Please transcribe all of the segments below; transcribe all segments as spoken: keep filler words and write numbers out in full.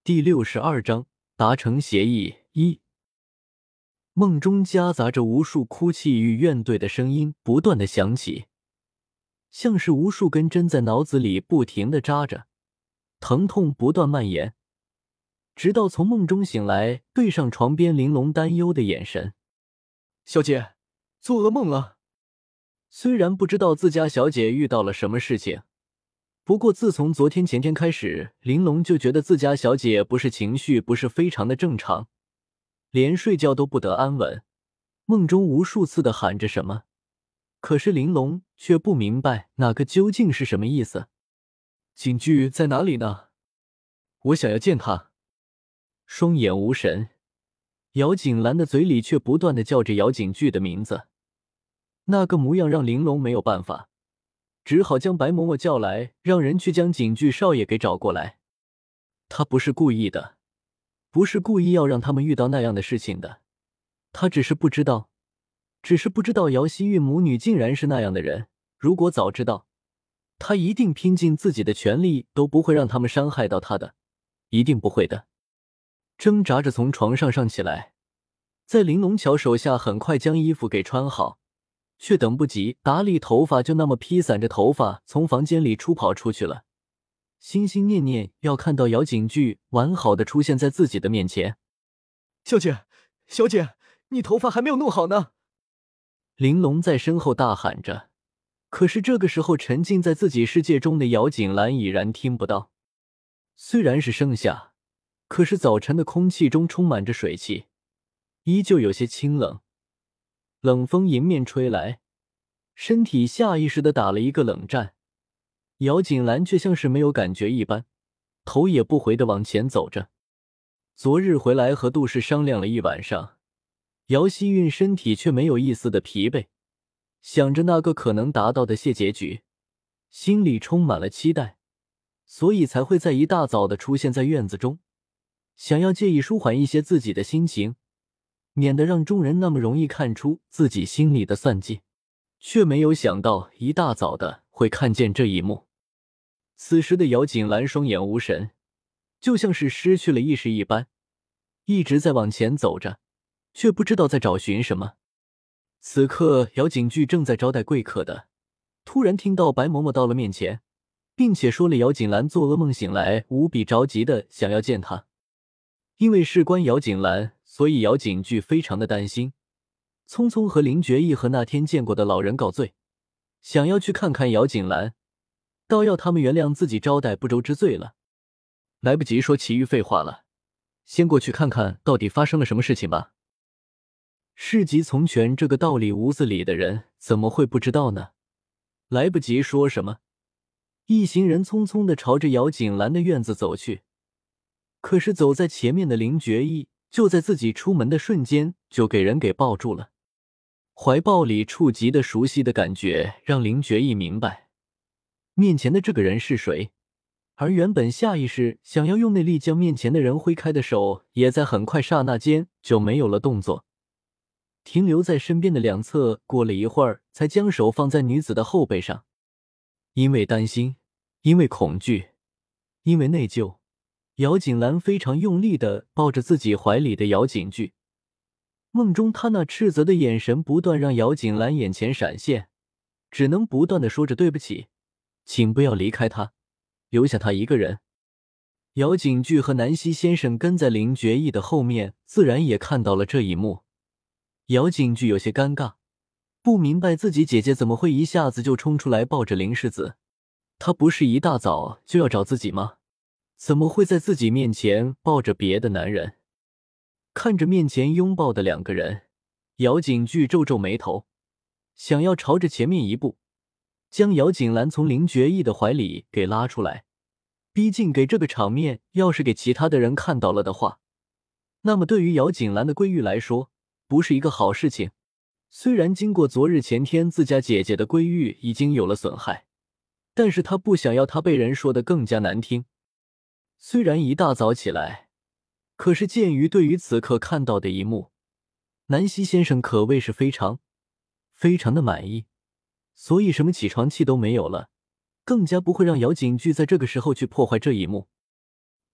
第六十二章达成协议一。梦中夹杂着无数哭泣与怨怼的声音不断的响起，像是无数根针在脑子里不停的扎着，疼痛不断蔓延，直到从梦中醒来，对上床边玲珑担忧的眼神。 小姐，做噩梦了。 虽然不知道自家小姐遇到了什么事情，不过自从昨天前天开始，玲珑就觉得自家小姐不是情绪不是非常的正常，连睡觉都不得安稳，梦中无数次的喊着什么，可是玲珑却不明白那个究竟是什么意思。 景句在哪里呢？我想要见他。 双眼无神，姚景兰的嘴里却不断的叫着姚景句的名字，那个模样让玲珑没有办法，只好将白嬷嬷叫来，让人去将景句少爷给找过来。他不是故意的，不是故意要让他们遇到那样的事情的，他只是不知道，只是不知道姚希韵母女竟然是那样的人，如果早知道，他一定拼尽自己的全力都不会让他们伤害到他的，一定不会的。挣扎着从床上上起来，在玲珑桥手下很快将衣服给穿好，却等不及打理头发，就那么披散着头发从房间里出跑出去了，心心念念要看到姚景句完好的出现在自己的面前。 小姐，小姐，你头发还没有弄好呢。 玲珑在身后大喊着，可是这个时候沉浸在自己世界中的姚景兰已然听不到。虽然是盛夏，可是早晨的空气中充满着水汽，依旧有些清冷，冷风迎面吹来，身体下意识地打了一个冷战。姚景兰却像是没有感觉一般，头也不回地往前走着。昨日回来和杜氏商量了一晚上，姚希韵身体却没有一丝的疲惫，想着那个可能达到的谢结局，心里充满了期待，所以才会在一大早的出现在院子中，想要借以舒缓一些自己的心情，免得让众人那么容易看出自己心里的算计，却没有想到一大早的会看见这一幕。此时的姚景兰双眼无神，就像是失去了意识一般，一直在往前走着，却不知道在找寻什么。此刻姚景句正在招待贵客的，突然听到白嬷嬷到了面前，并且说了姚景兰做噩梦醒来，无比着急的想要见她。因为事关姚景兰，所以姚景句非常的担心，匆匆和林觉义和那天见过的老人告罪，想要去看看姚景兰，倒要他们原谅自己招待不周之罪了。来不及说其余废话了，先过去看看到底发生了什么事情吧。事急从权这个道理屋子里的人怎么会不知道呢？来不及说什么，一行人匆匆地朝着姚景兰的院子走去。可是走在前面的林觉义就在自己出门的瞬间就给人给抱住了，怀抱里触及的熟悉的感觉让林觉义明白面前的这个人是谁，而原本下意识想要用内力将面前的人挥开的手也在很快刹那间就没有了动作，停留在身边的两侧，过了一会儿才将手放在女子的后背上。因为担心，因为恐惧，因为内疚，姚景兰非常用力地抱着自己怀里的姚景句，梦中他那斥责的眼神不断让姚景兰眼前闪现，只能不断地说着对不起，请不要离开他，留下他一个人。姚景句和南希先生跟在林觉义的后面，自然也看到了这一幕。姚景句有些尴尬，不明白自己姐姐怎么会一下子就冲出来抱着林世子，她不是一大早就要找自己吗？怎么会在自己面前抱着别的男人？看着面前拥抱的两个人，姚景句皱皱眉头，想要朝着前面一步，将姚景兰从林觉义的怀里给拉出来。毕竟给这个场面要是给其他的人看到了的话，那么对于姚景兰的闺玉来说不是一个好事情。虽然经过昨日前天自家姐姐的闺玉已经有了损害，但是她不想要她被人说得更加难听。虽然一大早起来，可是鉴于对于此刻看到的一幕，南希先生可谓是非常非常的满意，所以什么起床气都没有了，更加不会让姚景句在这个时候去破坏这一幕。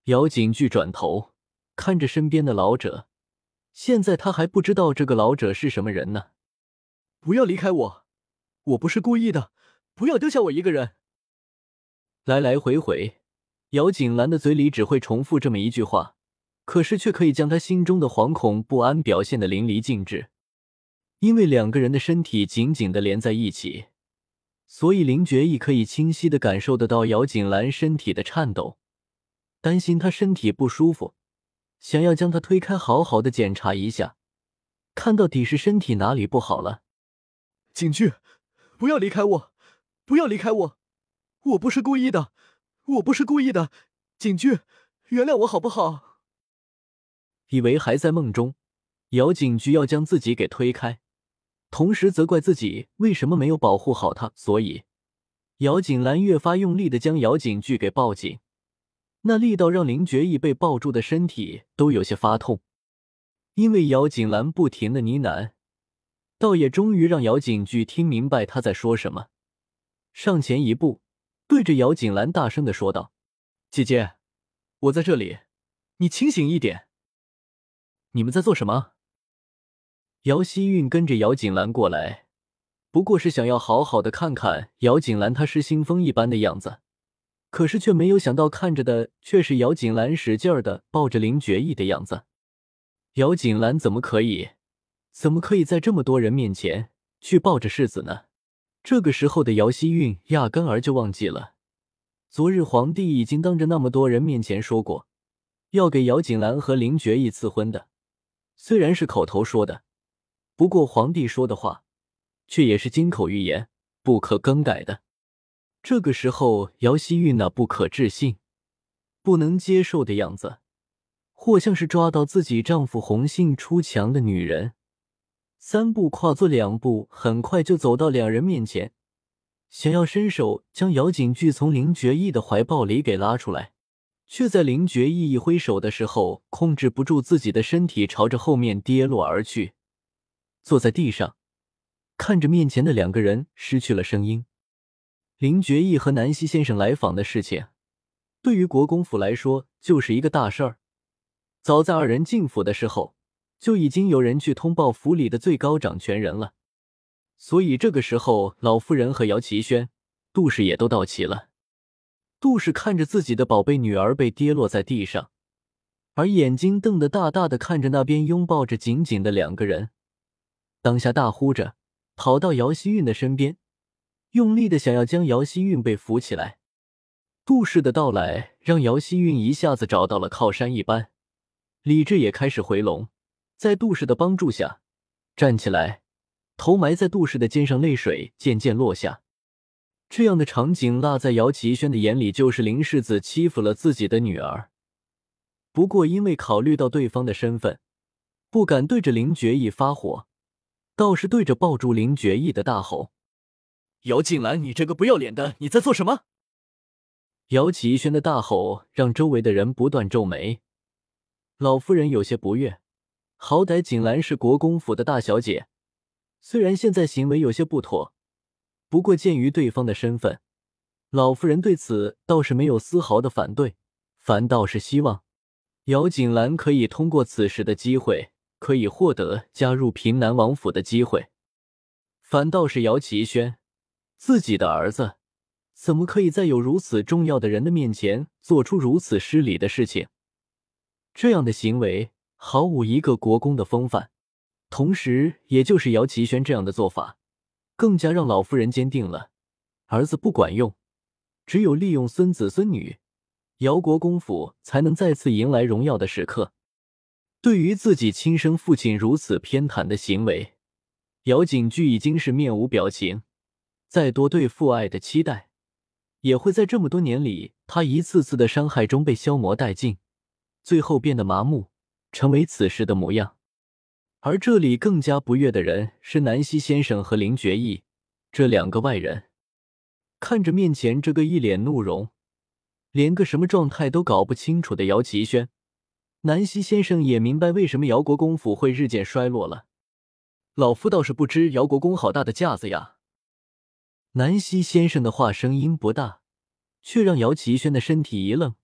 姚景巨转头看着身边的老者，现在他还不知道这个老者是什么人呢。 不要离开我，我不是故意的，不要丢下我一个人。 来来回回，姚景兰的嘴里只会重复这么一句话，可是却可以将他心中的惶恐不安表现得淋漓尽致。因为两个人的身体紧紧地连在一起，所以林觉义可以清晰地感受得到姚景兰身体的颤抖，担心她身体不舒服，想要将她推开，好好的检查一下，看到底是身体哪里不好了。 景巨，不要离开我，不要离开我，我不是故意的，我不是故意的，景巨，原谅我好不好？ 以为还在梦中，姚景巨要将自己给推开，同时责怪自己为什么没有保护好他，所以姚景兰越发用力地将姚景巨给抱紧，那力道让林觉义被抱住的身体都有些发痛。因为姚景兰不停地呢喃，倒也终于让姚景巨听明白他在说什么，上前一步，对着姚景兰大声地说道： 姐姐，我在这里，你清醒一点。 你们在做什么？姚希韵跟着姚景兰过来，不过是想要好好的看看姚景兰她失心疯一般的样子，可是却没有想到看着的却是姚景兰使劲儿的抱着林觉义的样子。姚景兰怎么可以怎么可以在这么多人面前去抱着世子呢？这个时候的姚希韵压根儿就忘记了，昨日皇帝已经当着那么多人面前说过，要给姚景兰和林觉义赐婚的，虽然是口头说的，不过皇帝说的话却也是金口玉言，不可更改的。这个时候姚希韵那不可置信、不能接受的样子，或像是抓到自己丈夫红杏出墙的女人，三步跨作两步，很快就走到两人面前，想要伸手将姚景巨从林觉义的怀抱里给拉出来，却在林觉义一挥手的时候控制不住自己的身体朝着后面跌落而去，坐在地上看着面前的两个人失去了声音。林觉义和南希先生来访的事情对于国公府来说就是一个大事儿，早在二人进府的时候就已经有人去通报府里的最高掌权人了，所以这个时候老夫人和姚齐轩、杜氏也都到齐了。杜氏看着自己的宝贝女儿被跌落在地上，而眼睛瞪得大大的看着那边拥抱着紧紧的两个人，当下大呼着跑到姚希韵的身边，用力的想要将姚希韵被扶起来。杜氏的到来让姚希韵一下子找到了靠山一般，理智也开始回笼，在杜氏的帮助下站起来，头埋在杜氏的肩上，泪水渐渐落下。这样的场景落在姚齐轩的眼里就是林世子欺负了自己的女儿，不过因为考虑到对方的身份，不敢对着林觉义发火，倒是对着抱住林觉义的大吼： 姚景兰，你这个不要脸的，你在做什么？ 姚齐轩的大吼让周围的人不断皱眉，老夫人有些不悦，好歹景兰是国公府的大小姐，虽然现在行为有些不妥，不过鉴于对方的身份，老夫人对此倒是没有丝毫的反对，反倒是希望姚景兰可以通过此时的机会可以获得加入平南王府的机会。反倒是姚齐轩，自己的儿子怎么可以在有如此重要的人的面前做出如此失礼的事情？这样的行为毫无一个国公的风范，同时也就是姚齐轩这样的做法更加让老夫人坚定了儿子不管用，只有利用孙子孙女，姚国公府才能再次迎来荣耀的时刻。对于自己亲生父亲如此偏袒的行为，姚景巨已经是面无表情，再多对父爱的期待也会在这么多年里他一次次的伤害中被消磨殆尽，最后变得麻木，成为此时的模样。而这里更加不悦的人是南希先生和林觉义这两个外人。看着面前这个一脸怒容，连个什么状态都搞不清楚的姚齐轩，南希先生也明白为什么姚国公府会日渐衰落了。老夫倒是不知姚国公好大的架子呀。南希先生的话声音不大，却让姚齐轩的身体一愣，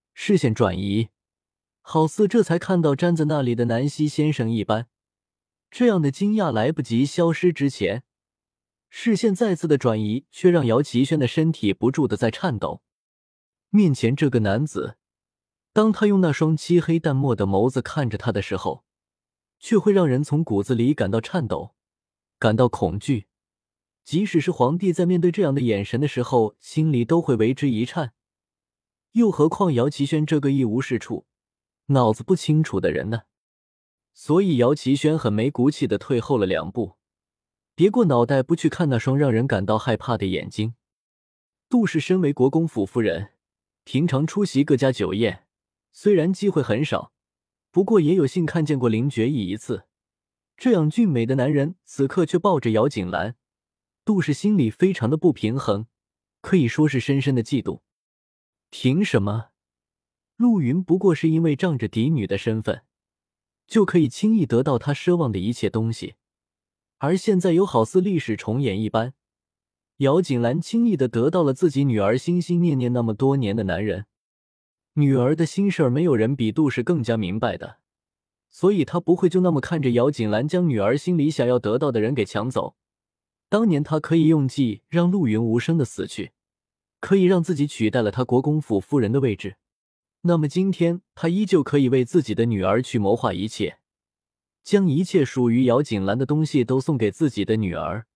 视线转移，好似这才看到站在那里的南希先生一般。这样的惊讶来不及消失之前，视线再次的转移，却让姚奇轩的身体不住的在颤抖。面前这个男子，当他用那双漆黑淡漠的眸子看着他的时候，却会让人从骨子里感到颤抖，感到恐惧。即使是皇帝在面对这样的眼神的时候，心里都会为之一颤。又何况姚奇轩这个一无是处、脑子不清楚的人呢？所以姚奇轩很没骨气的退后了两步，别过脑袋不去看那双让人感到害怕的眼睛。杜氏身为国公府夫人，平常出席各家酒宴，虽然机会很少，不过也有幸看见过林觉义一次。这样俊美的男人此刻却抱着姚景兰，杜氏心里非常的不平衡，可以说是深深的嫉妒。凭什么陆云不过是因为仗着嫡女的身份，就可以轻易得到他奢望的一切东西，而现在又好似历史重演一般，姚景兰轻易地得到了自己女儿心心念念那么多年的男人。女儿的心事儿没有人比杜氏更加明白的，所以他不会就那么看着姚景兰将女儿心里想要得到的人给抢走。当年他可以用计让陆云无声的死去，可以让自己取代了他国公府夫人的位置，那么今天他依旧可以为自己的女儿去谋划一切，将一切属于姚景兰的东西都送给自己的女儿，